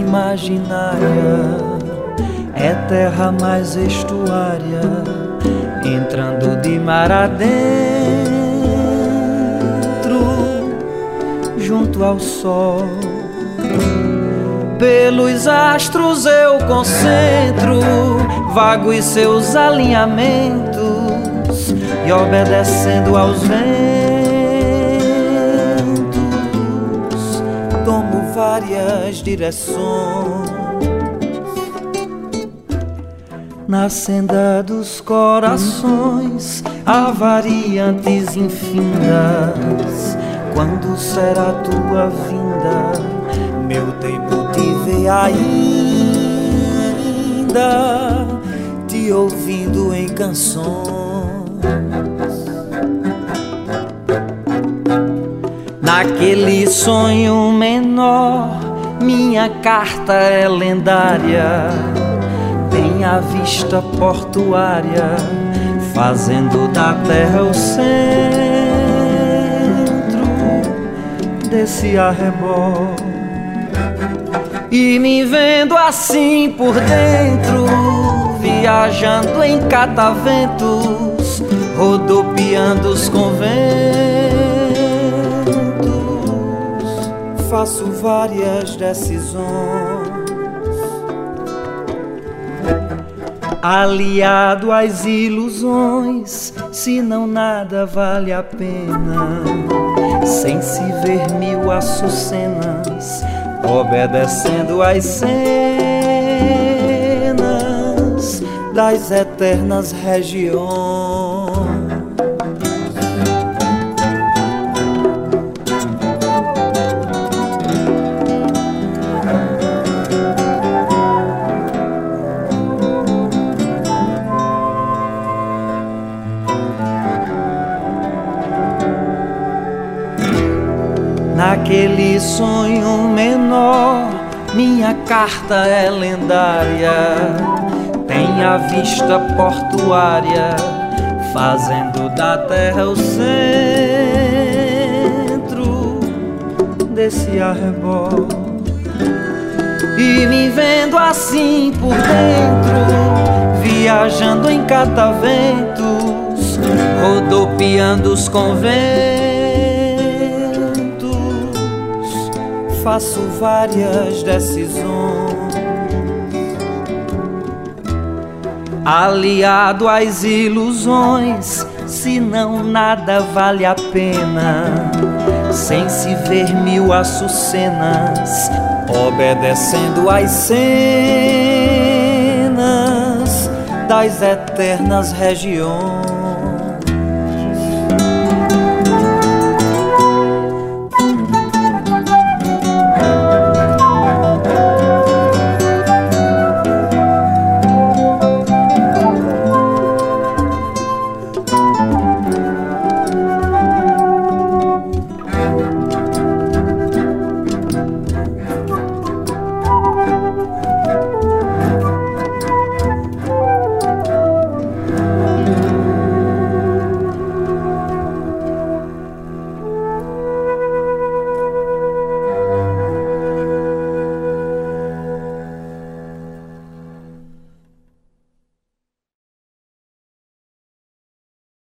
imaginária, é terra mais estuária, entrando de mar adentro, junto ao sol. Pelos astros eu concentro, vago e seus alinhamentos, e obedecendo aos ventos, tomo várias direções. Na senda dos corações há variantes infindas. Quando será tua vinda? Meu tempo te vê ainda, te ouvindo em canções. Naquele sonho menor, minha carta é lendária, tem a vista portuária, fazendo da terra o centro desse arrebol. E me vendo assim por dentro, viajando em cataventos, rodopiando os conventos, faço várias decisões. Aliado às ilusões, se não nada vale a pena, sem se ver mil açucenas, obedecendo às cenas das eternas regiões. Naquele sonho menor, minha carta é lendária, tem a vista portuária, fazendo da terra o centro desse arrebol. E me vendo assim por dentro, viajando em cataventos, rodopiando os conventos, faço várias decisões. Aliado às ilusões, se não nada vale a pena, sem se ver mil açucenas, obedecendo às cenas das eternas regiões.